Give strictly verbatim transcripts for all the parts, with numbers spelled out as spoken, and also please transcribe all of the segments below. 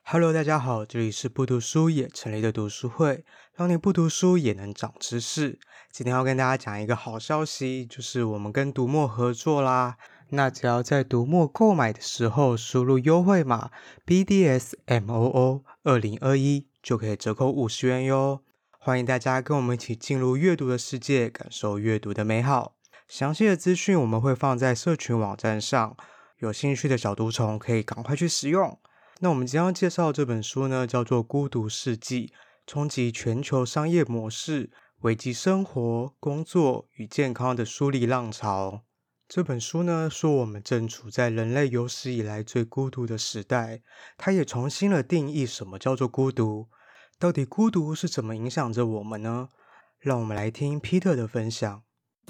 Hello， 大家好，这里是不读书也成立的读书会，让你不读书也能长知识。今天要跟大家讲一个好消息，就是我们跟读墨合作啦。那只要在读墨购买的时候输入优惠码 B D S M O O 二零二一，就可以折扣五十元哟。欢迎大家跟我们一起进入阅读的世界，感受阅读的美好。详细的资讯我们会放在社群网站上，有兴趣的小读虫可以赶快去使用。那我们今天要介绍的这本书呢，叫做《孤独世纪：冲击全球商业模式，危及生活、工作与健康的疏离浪潮》。这本书呢，说我们正处在人类有史以来最孤独的时代，它也重新了定义什么叫做孤独。到底孤独是怎么影响着我们呢？让我们来听 Peter 的分享。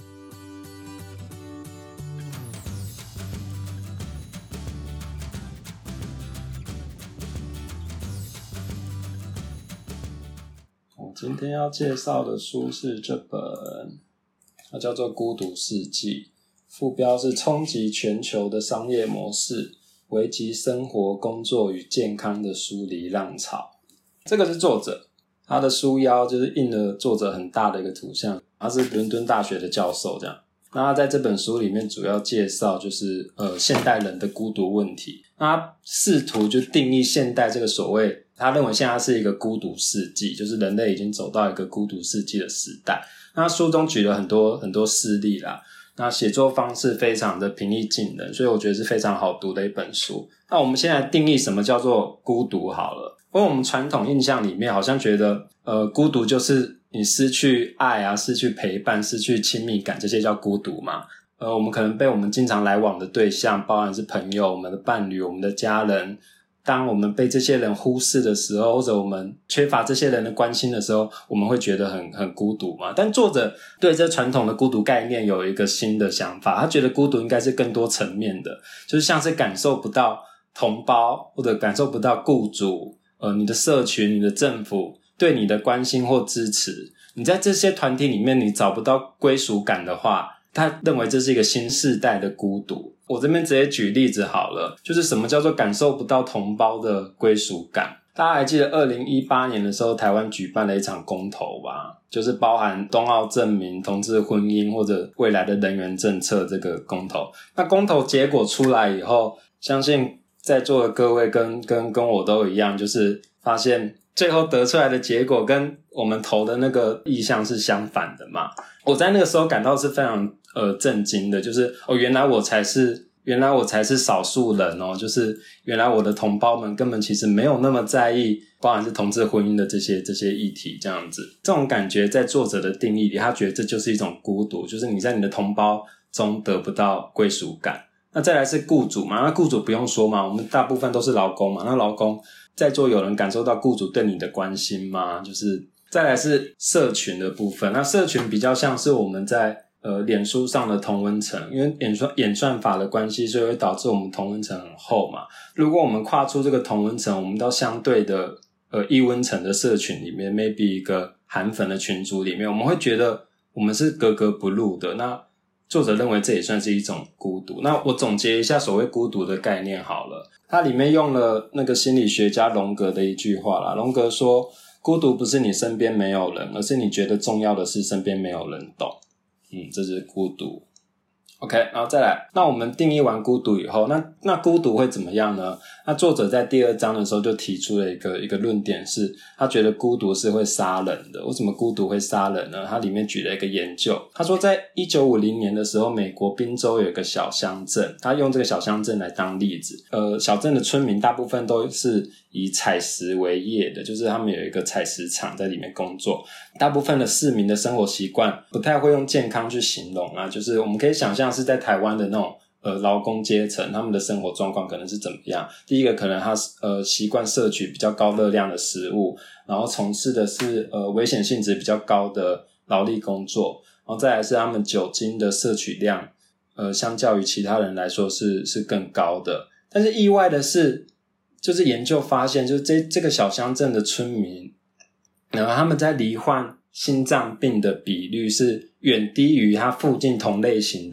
我今天要介绍的书是这本，它叫做《孤独世纪》，副标是冲击全球的商业模式，危及生活、工作与健康的疏离浪潮。这个是作者，他的书腰就是印了作者很大的一个图像，他是伦敦大学的教授这样。那他在这本书里面主要介绍就是呃现代人的孤独问题，那他试图就定义现代这个所谓，他认为现在是一个孤独世纪，就是人类已经走到一个孤独世纪的时代。那他书中举了很多很多事例啦，那写作方式非常的平易近人，所以我觉得是非常好读的一本书。那我们现在定义什么叫做孤独好了，因为我们传统印象里面好像觉得呃孤独就是你失去爱啊，失去陪伴，失去亲密感，这些叫孤独嘛。呃，我们可能被我们经常来往的对象，包含是朋友、我们的伴侣、我们的家人，当我们被这些人忽视的时候，或者我们缺乏这些人的关心的时候，我们会觉得很很孤独嘛。但作者对这传统的孤独概念有一个新的想法，他觉得孤独应该是更多层面的，就是像是感受不到同胞，或者感受不到雇主、呃，你的社群、你的政府对你的关心或支持，你在这些团体里面你找不到归属感的话，他认为这是一个新世代的孤独。我这边直接举例子好了，就是什么叫做感受不到同胞的归属感。大家还记得二零一八年的时候台湾举办了一场公投吧，就是包含冬奥正名、同志婚姻或者未来的人员政策这个公投。那公投结果出来以后，相信在座的各位跟跟跟我都一样，就是发现最后得出来的结果跟我们投的那个意向是相反的嘛。我在那个时候感到是非常呃震惊的，就是哦原来我才是原来我才是少数人哦，就是原来我的同胞们根本其实没有那么在意包含是同志婚姻的这些这些议题这样子。这种感觉在作者的定义里，他觉得这就是一种孤独，就是你在你的同胞中得不到归属感。那再来是雇主嘛，那雇主不用说嘛，我们大部分都是劳工嘛，那劳工在座有人感受到雇主对你的关心吗？就是再来是社群的部分，那社群比较像是我们在呃脸书上的同温层，因为演算演算法的关系，所以会导致我们同温层很厚嘛。如果我们跨出这个同温层，我们到相对的呃异温层的社群里面 maybe 一个韩粉的群组里面，我们会觉得我们是格格不入的。那作者认为这也算是一种孤独。那我总结一下所谓孤独的概念好了，它里面用了那个心理学家荣格的一句话啦。荣格说，孤独不是你身边没有人，而是你觉得重要的是身边没有人懂。嗯，这是孤独。OK， 然后再来，那我们定义完孤独以后，那那孤独会怎么样呢？那作者在第二章的时候就提出了一个一个论点，是他觉得孤独是会杀人的。为什么孤独会杀人呢？他里面举了一个研究，他说在一九五零年的时候，美国宾州有一个小乡镇，他用这个小乡镇来当例子。呃，小镇的村民大部分都是以采石为业的，就是他们有一个采石场在里面工作。大部分的市民的生活习惯不太会用健康去形容啊，就是我们可以想象是在台湾的那种呃劳工阶层，他们的生活状况可能是怎么样。第一个可能他呃习惯摄取比较高热量的食物，然后从事的是呃危险性质比较高的劳力工作，然后再来是他们酒精的摄取量呃相较于其他人来说是是更高的。但是意外的是，就是研究发现，就是这这个小乡镇的村民，然后他们在罹患心脏病的比率是远低于他附近同类型的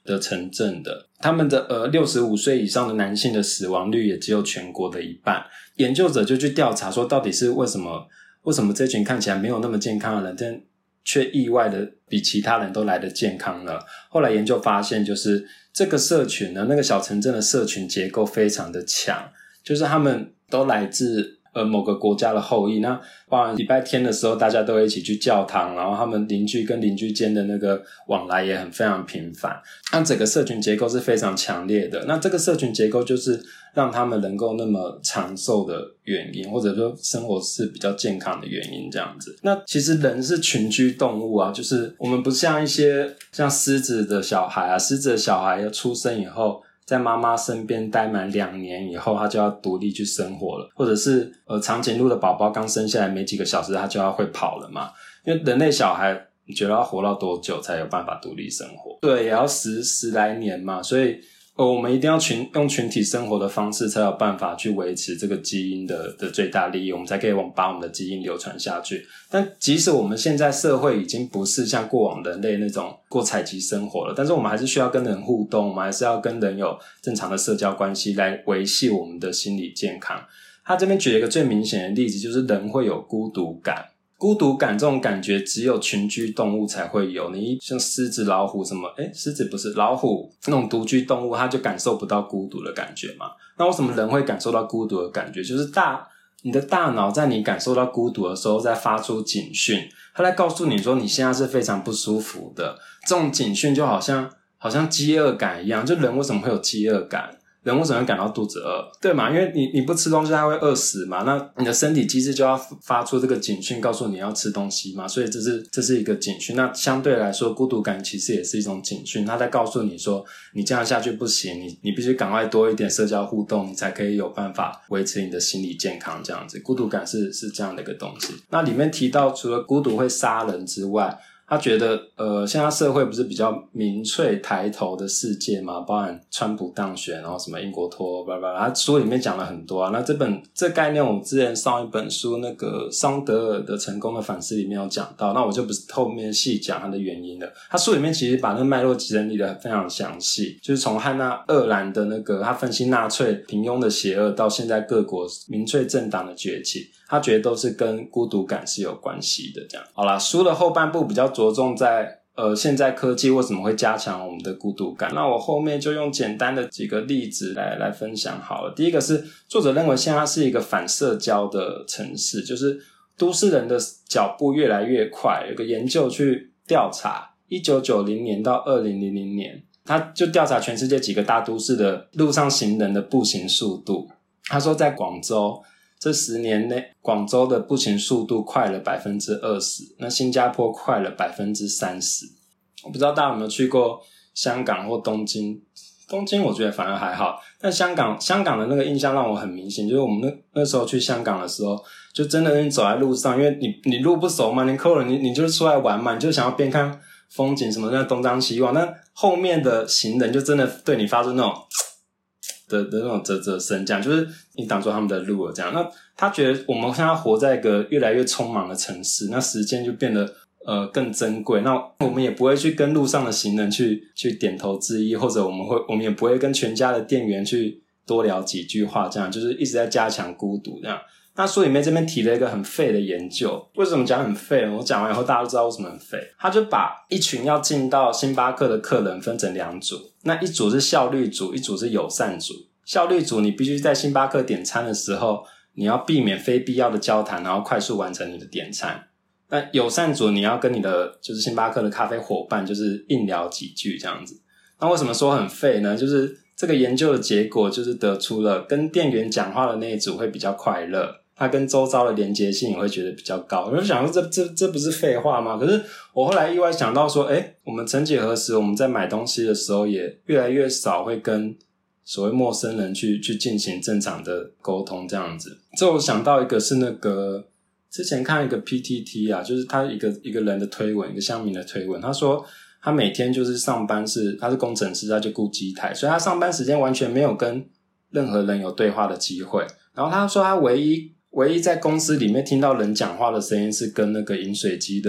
的城镇的，他们的呃六十五岁以上的男性的死亡率也只有全国的一半。研究者就去调查说，到底是为什么为什么这群看起来没有那么健康的人，但却意外的比其他人都来得健康呢？后来研究发现，就是这个社群呢，那个小城镇的社群结构非常的强，就是他们都来自呃某个国家的后裔，那包含礼拜天的时候大家都会一起去教堂，然后他们邻居跟邻居间的那个往来也很非常频繁，那整个社群结构是非常强烈的。那这个社群结构就是让他们能够那么长寿的原因，或者说生活是比较健康的原因这样子。那其实人是群居动物啊，就是我们不像一些像狮子的小孩啊，狮子的小孩要出生以后在妈妈身边待满两年以后，他就要独立去生活了，或者是呃长颈鹿的宝宝刚生下来没几个小时，他就要会跑了嘛。因为人类小孩，你觉得要活到多久才有办法独立生活？对，也要十十来年嘛。所以呃，我们一定要群用群体生活的方式，才有办法去维持这个基因的的最大利益，我们才可以把我们的基因流传下去。但即使我们现在社会已经不是像过往人类那种过采集生活了，但是我们还是需要跟人互动，我们还是要跟人有正常的社交关系来维系我们的心理健康。他这边举了一个最明显的例子，就是人会有孤独感。孤独感这种感觉只有群居动物才会有，你像狮子老虎什么诶狮子不是老虎那种独居动物，它就感受不到孤独的感觉嘛。那为什么人会感受到孤独的感觉？就是大你的大脑在你感受到孤独的时候在发出警讯，它在告诉你说你现在是非常不舒服的。这种警讯就好像好像饥饿感一样，就人为什么会有饥饿感？人为什么会感到肚子饿？对嘛？因为你你不吃东西它会饿死嘛，那你的身体机制就要发出这个警讯告诉你要吃东西嘛，所以这是这是一个警讯。那相对来说孤独感其实也是一种警讯，它在告诉你说你这样下去不行，你你必须赶快多一点社交互动，你才可以有办法维持你的心理健康这样子。孤独感是是这样的一个东西。那里面提到除了孤独会杀人之外，他觉得呃，现在社会不是比较民粹抬头的世界吗？包含川普当选，然后什么英国脱欧，他书里面讲了很多啊。那这本这概念我们之前上一本书那个桑德尔的成功的反思里面有讲到，那我就不是后面细讲它的原因了。他书里面其实把那个脉络整理的非常详细，就是从汉娜鄂兰的那个他分析纳粹平庸的邪恶到现在各国民粹政党的崛起，他觉得都是跟孤独感是有关系的这样。好啦，书的后半部比较着重在呃现在科技为什么会加强我们的孤独感，那我后面就用简单的几个例子来来分享好了。第一个是作者认为现在是一个反社交的城市，就是都市人的脚步越来越快。有个研究去调查一九九零年到二零零零年，他就调查全世界几个大都市的路上行人的步行速度。他说在广州这十年内，广州的步行速度快了 百分之二十， 那新加坡快了 百分之三十。 我不知道大家有没有去过香港或东京，东京我觉得反而还好，但香港香港的那个印象让我很明显，就是我们那那时候去香港的时候，就真的你走在路上，因为你你路不熟嘛，你客人你你就是出来玩嘛，你就想要边看风景什么的东张西望，那后面的行人就真的对你发出那种的的那种啧啧声，这样就是你挡住他们的路了这样。那他觉得我们现在活在一个越来越匆忙的城市，那时间就变得呃更珍贵，那我们也不会去跟路上的行人去去点头致意，或者我们会我们也不会跟全家的店员去多聊几句话，这样就是一直在加强孤独这样。那书里面这边提了一个很废的研究，为什么讲很废呢？我讲完以后大家都知道为什么很废。他就把一群要进到星巴克的客人分成两组，那一组是效率组，一组是友善组。效率组你必须在星巴克点餐的时候，你要避免非必要的交谈，然后快速完成你的点餐。那友善组你要跟你的就是星巴克的咖啡伙伴就是硬聊几句这样子。那为什么说很废呢？就是这个研究的结果就是得出了跟店员讲话的那一组会比较快乐，它跟周遭的连结性也会觉得比较高。我就想说这这这不是废话吗？可是我后来意外想到说诶我们曾几何时我们在买东西的时候也越来越少会跟所谓陌生人去去进行正常的沟通这样子。这我想到一个是那个之前看一个 P T T 啊，就是他一个一个人的推文，一个乡民的推文，他说他每天就是上班是他是工程师，他就顾机台，所以他上班时间完全没有跟任何人有对话的机会。然后他说他唯一唯一在公司里面听到人讲话的声音是跟那个饮水机的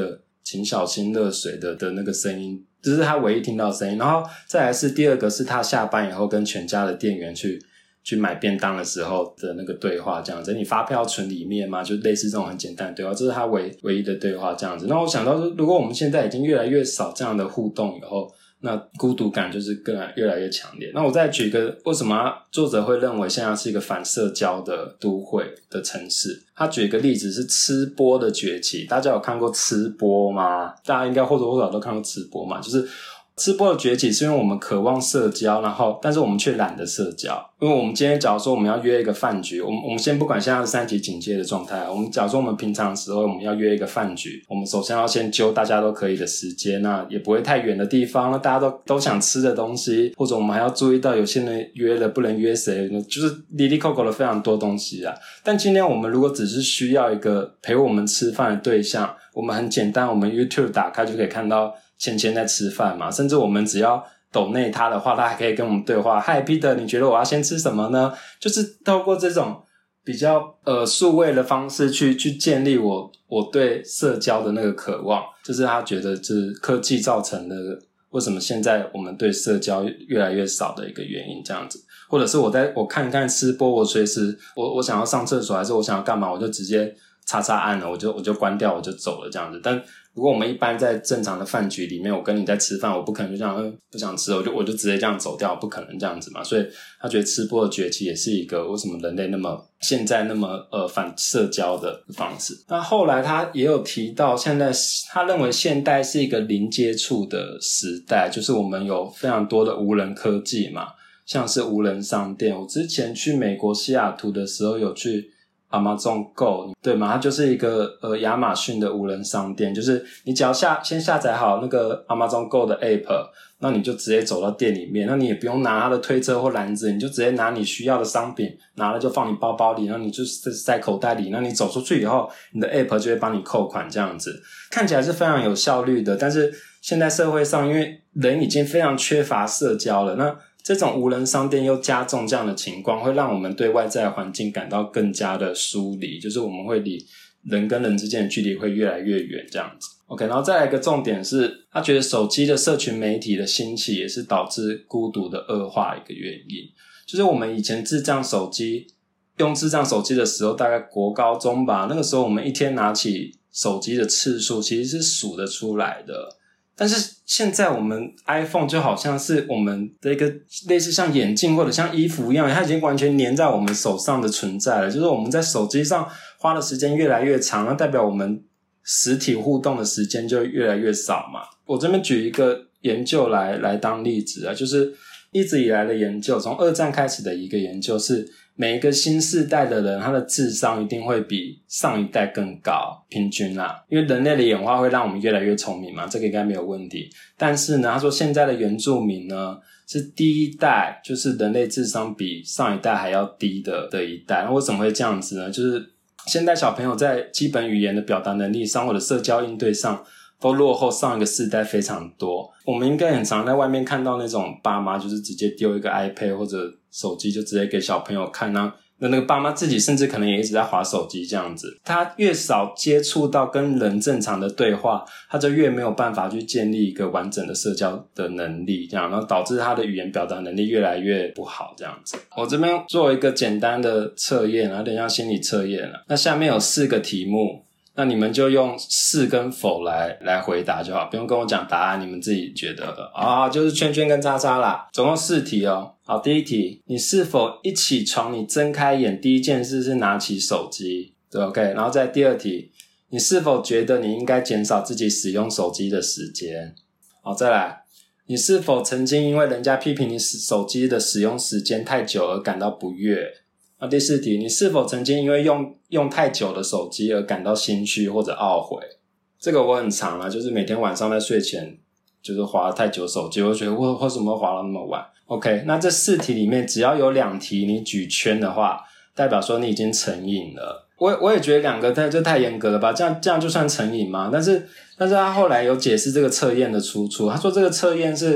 请小心热水的的那个声音，这是他唯一听到的声音。然后再来是第二个是他下班以后跟全家的店员去去买便当的时候的那个对话，这样子，你发票存里面吗？就类似这种很简单的对话，这是他唯唯一的对话这样子。那我想到如果我们现在已经越来越少这样的互动以后，那孤独感就是更越来越强烈。那我再举一个，为什么作者会认为现在是一个反社交的都会的城市？他举一个例子是吃播的崛起。大家有看过吃播吗？大家应该或多或少都看过吃播嘛，就是吃播的崛起是因为我们渴望社交，然后但是我们却懒得社交。因为我们今天假如说我们要约一个饭局，我们我们先不管现在是三级警戒的状态，我们假如说我们平常的时候我们要约一个饭局，我们首先要先揪大家都可以的时间，那也不会太远的地方，那大家都都想吃的东西，或者我们还要注意到有些人约了不能约谁，就是哩哩扣扣的非常多东西啊。但今天我们如果只是需要一个陪我们吃饭的对象，我们很简单，我们 YouTube 打开就可以看到芊芊在吃饭嘛，甚至我们只要抖内他的话，他还可以跟我们对话。嗨 Peter， 你觉得我要先吃什么呢？就是透过这种比较呃数位的方式去去建立我我对社交的那个渴望，就是他觉得就是科技造成的为什么现在我们对社交越来越少的一个原因这样子。或者是我在我看一看吃播，我随时我我想要上厕所还是我想要干嘛，我就直接叉叉按了，我就我就关掉，我就走了这样子。但如果我们一般在正常的饭局里面，我跟你在吃饭，我不可能就这样、嗯、不想吃，我就我就直接这样走掉，不可能这样子嘛。所以他觉得吃播的崛起也是一个为什么人类那么现在那么呃反社交的方式。那后来他也有提到，现在他认为现代是一个零接触的时代，就是我们有非常多的无人科技嘛，像是无人商店。我之前去美国西雅图的时候有去Amazon Go， 对吗？它就是一个呃亚马逊的无人商店，就是你只要下先下载好那个 Amazon Go 的 App， 那你就直接走到店里面，那你也不用拿它的推车或篮子，你就直接拿你需要的商品，拿了就放你包包里，然后你就塞口袋里，那你走出去以后，你的 App 就会帮你扣款这样子，看起来是非常有效率的。但是现在社会上因为人已经非常缺乏社交了，那这种无人商店又加重这样的情况，会让我们对外在环境感到更加的疏离，就是我们会离人跟人之间的距离会越来越远这样子。OK， 然后再来一个重点是，他觉得手机的社群媒体的兴起也是导致孤独的恶化一个原因。就是我们以前智障手机用智障手机的时候，大概国高中吧，那个时候我们一天拿起手机的次数其实是数得出来的。但是现在我们 iPhone 就好像是我们的一个类似像眼镜或者像衣服一样，它已经完全粘在我们手上的存在了，就是我们在手机上花的时间越来越长，那代表我们实体互动的时间就越来越少嘛。我这边举一个研究来来当例子啊，就是一直以来的研究，从二战开始的一个研究是，每一个新世代的人他的智商一定会比上一代更高，平均啦，因为人类的演化会让我们越来越聪明嘛，这个应该没有问题。但是呢，他说现在的原住民呢是第一代就是人类智商比上一代还要低的的一代。那为什么会这样子呢？就是现在小朋友在基本语言的表达能力上或者社交应对上都落后上一个世代非常多。我们应该很常在外面看到那种爸妈就是直接丢一个 iPad 或者手机就直接给小朋友看，那那那个爸妈自己甚至可能也一直在滑手机这样子。他越少接触到跟人正常的对话，他就越没有办法去建立一个完整的社交的能力，这样然后导致他的语言表达能力越来越不好这样子。我这边做一个简单的测验，有点像心理测验啊。那下面有四个题目，那你们就用是跟否来来回答就好，不用跟我讲答案，你们自己觉得的啊，就是圈圈跟叉叉啦。总共四题哦。好，第一题，你是否一起床你睁开眼第一件事是拿起手机？对 ，OK。然后再第二题，你是否觉得你应该减少自己使用手机的时间？好，再来，你是否曾经因为人家批评你手机的使用时间太久而感到不悦？那第四题，你是否曾经因为用用太久的手机而感到心虚或者懊悔？这个我很常啊，就是每天晚上在睡前就是滑太久手机，我就觉得为为什么滑到那么晚 ？OK， 那这四题里面只要有两题你举圈的话，代表说你已经成瘾了。我我也觉得两个太就太严格了吧，这样这样就算成瘾吗？但是但是他后来有解释这个测验的出处，他说这个测验是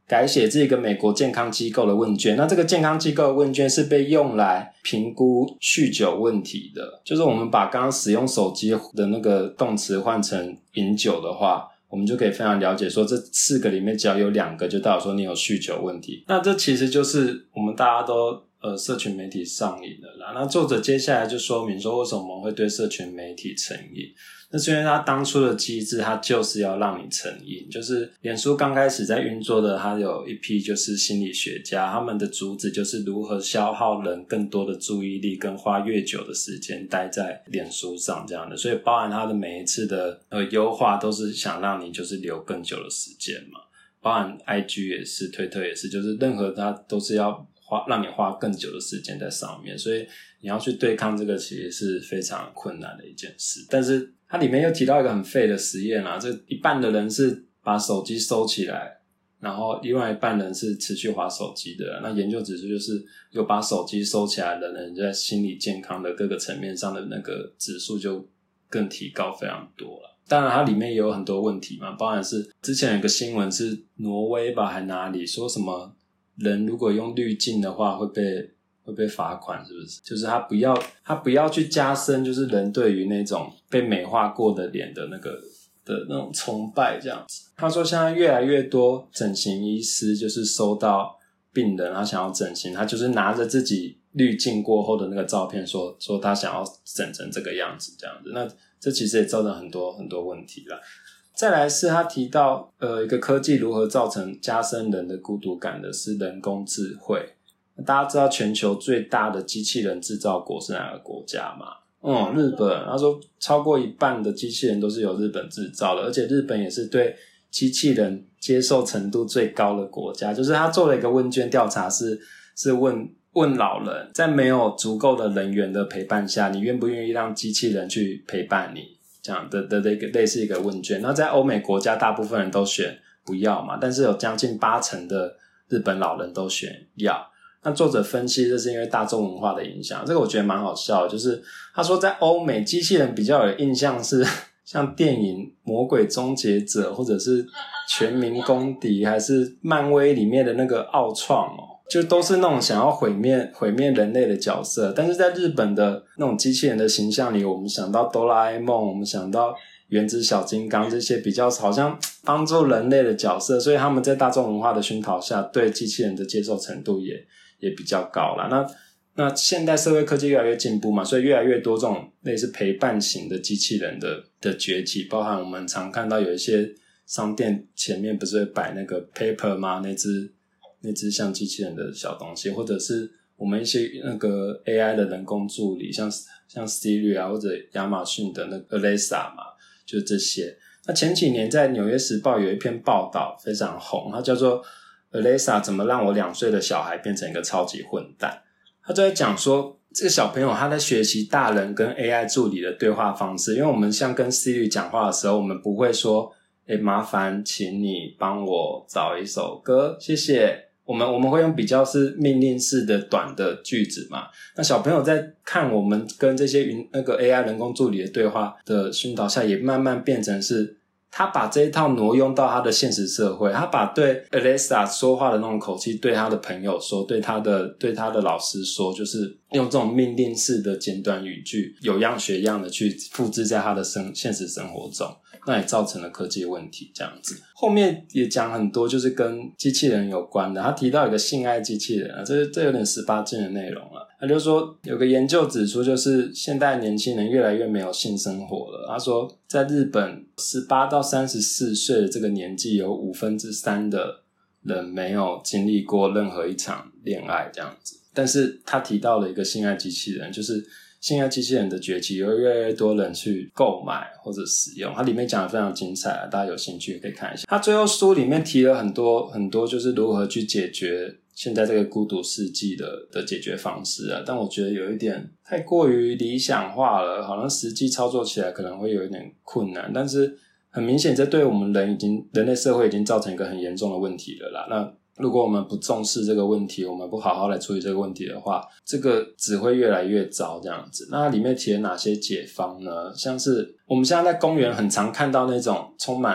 改写这个美国健康机构的问卷。那这个健康机构的问卷是被用来评估酗酒问题的，就是我们把刚刚使用手机的那个动词换成饮酒的话，我们就可以非常了解说这四个里面只要有两个就代表说你有酗酒问题。那这其实就是我们大家都呃社群媒体上瘾了啦。那作者接下来就说明说为什么我们会对社群媒体成瘾。那是因为他当初的机制他就是要让你成瘾，就是脸书刚开始在运作的，他有一批就是心理学家，他们的主旨就是如何消耗人更多的注意力跟花越久的时间待在脸书上这样的，所以包含他的每一次的呃优化都是想让你就是留更久的时间嘛，包含 I G 也是，推特也是，就是任何它都是要花让你花更久的时间在上面，所以你要去对抗这个其实是非常困难的一件事。但是它里面又提到一个很废的实验啦，这一半的人是把手机收起来，然后另外一半人是持续滑手机的。那研究指出就是有把手机收起来的人在心理健康的各个层面上的那个指数就更提高非常多了。当然它里面也有很多问题嘛，包含是之前有个新闻是挪威吧还哪里说什么人如果用滤镜的话会被会被罚款，是不是？就是他不要他不要去加深就是人对于那种被美化过的脸的那个的那种崇拜这样子。他说现在越来越多整形医师就是收到病人他想要整形，他就是拿着自己滤镜过后的那个照片说说他想要整成这个样子这样子。那这其实也造成很多很多问题啦。再来是他提到呃一个科技如何造成加深人的孤独感的是人工智慧。大家知道全球最大的机器人制造国是哪个国家吗？嗯，日本。他说超过一半的机器人都是由日本制造的，而且日本也是对机器人接受程度最高的国家。就是他做了一个问卷调查是是问问老人在没有足够的人员的陪伴下，你愿不愿意让机器人去陪伴你，这样的的一个类似一个问卷。那在欧美国家大部分人都选不要嘛，但是有将近八成的日本老人都选要。那作者分析这是因为大众文化的影响，这个我觉得蛮好笑的，就是他说在欧美机器人比较有印象是像电影魔鬼终结者或者是全民公敌还是漫威里面的那个奥创哦，就都是那种想要毁灭毁灭人类的角色。但是在日本的那种机器人的形象里，我们想到哆啦 A 梦，我们想到原子小金刚这些比较好像帮助人类的角色，所以他们在大众文化的熏陶下对机器人的接受程度也也比较高啦。那那现代社会科技越来越进步嘛，所以越来越多这种类似陪伴型的机器人的的崛起，包含我们常看到有一些商店前面不是会摆那个 Paper 吗？那只那只像机器人的小东西，或者是我们一些那个 A I 的人工助理，像像 Siri 啊，或者亚马逊的那个 Alexa 嘛，就是这些。那前几年在纽约时报有一篇报道非常红，它叫做 Alexa 怎么让我两岁的小孩变成一个超级混蛋。他就在讲说这个小朋友他在学习大人跟 A I 助理的对话方式，因为我们像跟 Siri 讲话的时候，我们不会说诶麻烦请你帮我找一首歌谢谢，我们我们会用比较是命令式的短的句子嘛。那小朋友在看我们跟这些云那个 A I 人工助理的对话的熏陶下，也慢慢变成是他把这一套挪用到他的现实社会，他把对 Alexa 说话的那种口气对他的朋友说，对他的对他的老师说，就是用这种命令式的简短语句有样学样的去复制在他的生现实生活中，那也造成了科技问题这样子。后面也讲很多就是跟机器人有关的，他提到一个性爱禁器人啊，这这有点十八禁的内容了。他就说有个研究指出，就是现代年轻人越来越没有性生活了。他说在日本十八到三十四岁的这个年纪，有五分之三的人没有经历过任何一场恋爱这样子。但是他提到了一个性爱机器人，就是性爱机器人的崛起，有越来越多人去购买或者使用。它里面讲得非常精彩啊，大家有兴趣可以看一下。他最后书里面提了很多很多就是如何去解决现在这个孤独世纪的的解决方式啊，但我觉得有一点太过于理想化了，好像实际操作起来可能会有一点困难，但是很明显这对我们人已经人类社会已经造成一个很严重的问题了啦。那如果我们不重视这个问题，我们不好好来处理这个问题的话，这个只会越来越糟这样子。那它里面提了哪些解方呢？像是我们现在在公园很常看到那种充满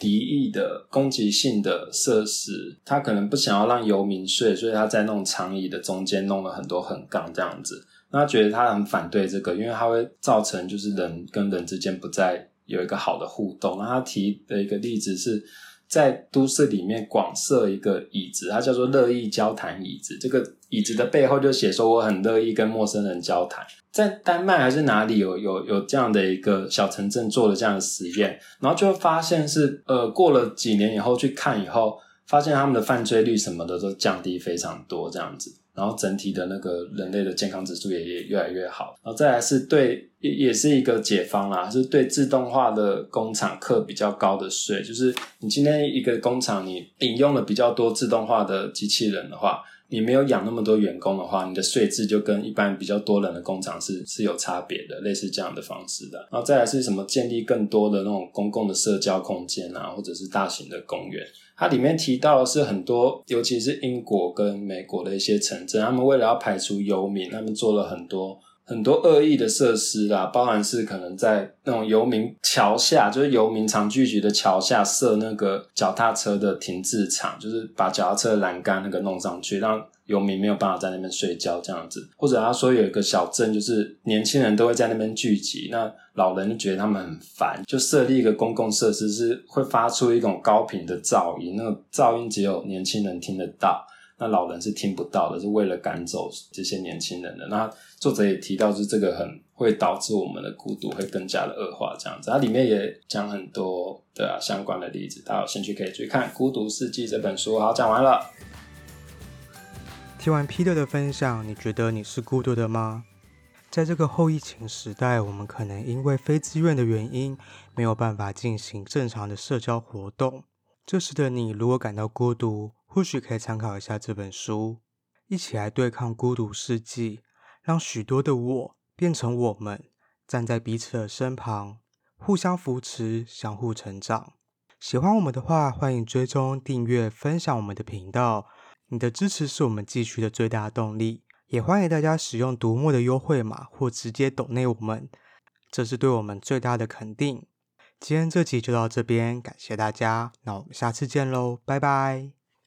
敌意的攻击性的设施，他可能不想要让游民睡，所以他在那种长椅的中间弄了很多横杠这样子。那他觉得他很反对这个，因为他会造成就是人跟人之间不再有一个好的互动。那他提的一个例子是在都市里面广设一个椅子，它叫做乐意交谈椅子，这个椅子的背后就写说我很乐意跟陌生人交谈。在丹麦还是哪里有有有这样的一个小城镇做了这样的实验，然后就会发现是呃过了几年以后去看以后，发现他们的犯罪率什么的都降低非常多这样子，然后整体的那个人类的健康指数也也越来越好。然后再来是对也也是一个解方啦，是对自动化的工厂课比较高的税，就是你今天一个工厂你引用了比较多自动化的机器人的话，你没有养那么多员工的话，你的税制就跟一般比较多人的工厂是是有差别的，类似这样的方式的。然后再来是什么建立更多的那种公共的社交空间啊，或者是大型的公园。它里面提到的是很多尤其是英国跟美国的一些城镇，他们为了要排除游民，他们做了很多很多恶意的设施啦，包含是可能在那种游民桥下，就是游民常聚集的桥下设那个脚踏车的停滞场，就是把脚踏车的栏杆那个弄上去，让游民没有办法在那边睡觉这样子。或者他说有一个小镇，就是年轻人都会在那边聚集，那老人就觉得他们很烦，就设立一个公共设施是会发出一种高频的噪音，那个噪音只有年轻人听得到，那老人是听不到的，是为了赶走这些年轻人的。那作者也提到就是这个很会导致我们的孤独会更加的恶化这样子，它里面也讲很多对啊相关的例子，大家有兴趣可以去看《孤独世纪》这本书。好，讲完了。 听完 Peter 的分享，你觉得你是孤独的吗？在这个后疫情时代，我们可能因为非自愿的原因，没有办法进行正常的社交活动。这时的你如果感到孤独，或许可以参考一下这本书，一起来对抗孤独世纪，让许多的我变成我们，站在彼此的身旁，互相扶持，相互成长。喜欢我们的话，欢迎追踪、订阅、分享我们的频道。你的支持是我们继续的最大动力，也欢迎大家使用读墨的优惠码或直接抖内我们，这是对我们最大的肯定。今天这集就到这边，感谢大家，那我们下次见喽，拜拜。